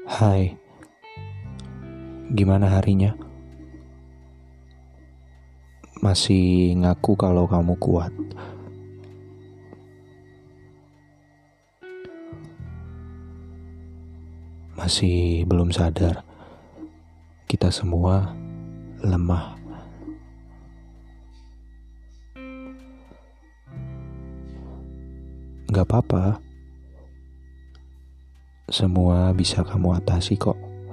Hai, gimana harinya? Masih ngaku kalau kamu kuat. Masih belum sadar, kita semua lemah. Gak apa-apa, semua bisa kamu atasi kok.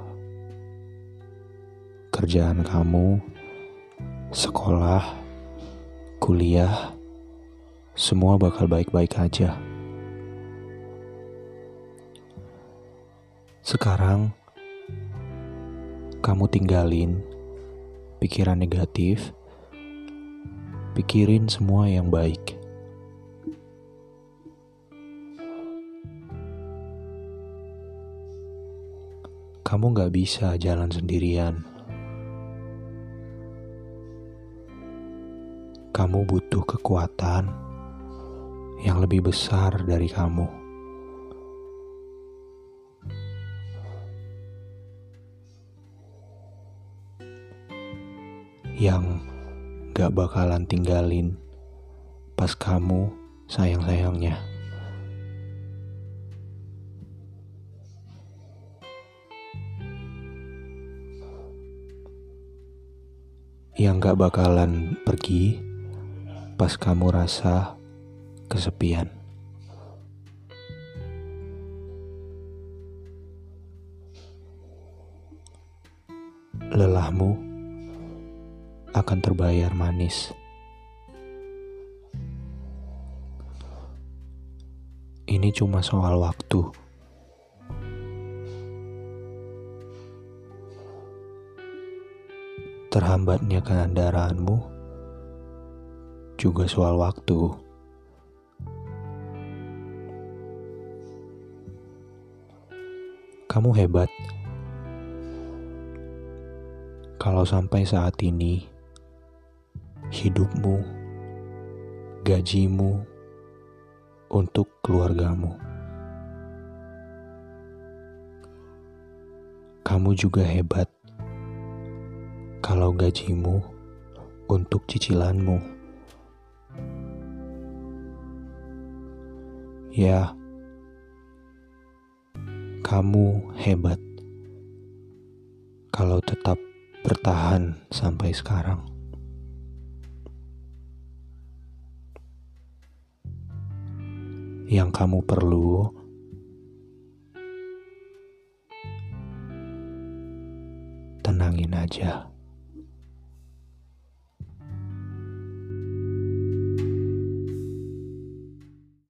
Kerjaan kamu, sekolah, kuliah, semua bakal baik-baik aja. Sekarang, kamu tinggalin pikiran negatif, pikirin semua yang baik. Kamu gak bisa jalan sendirian. Kamu butuh kekuatan yang lebih besar dari kamu. Yang gak bakalan tinggalin pas kamu sayang-sayangnya. Yang gak bakalan pergi pas kamu rasa kesepian. Lelahmu akan terbayar manis. Ini cuma soal waktu. Terhambatnya kendaraanmu juga soal waktu. Kamu hebat. Kalau sampai saat ini hidupmu, gajimu untuk keluargamu. Kamu juga hebat kalau gajimu untuk cicilanmu. Ya, kamu hebat kalau tetap bertahan sampai sekarang. Yang kamu perlu tenangin aja.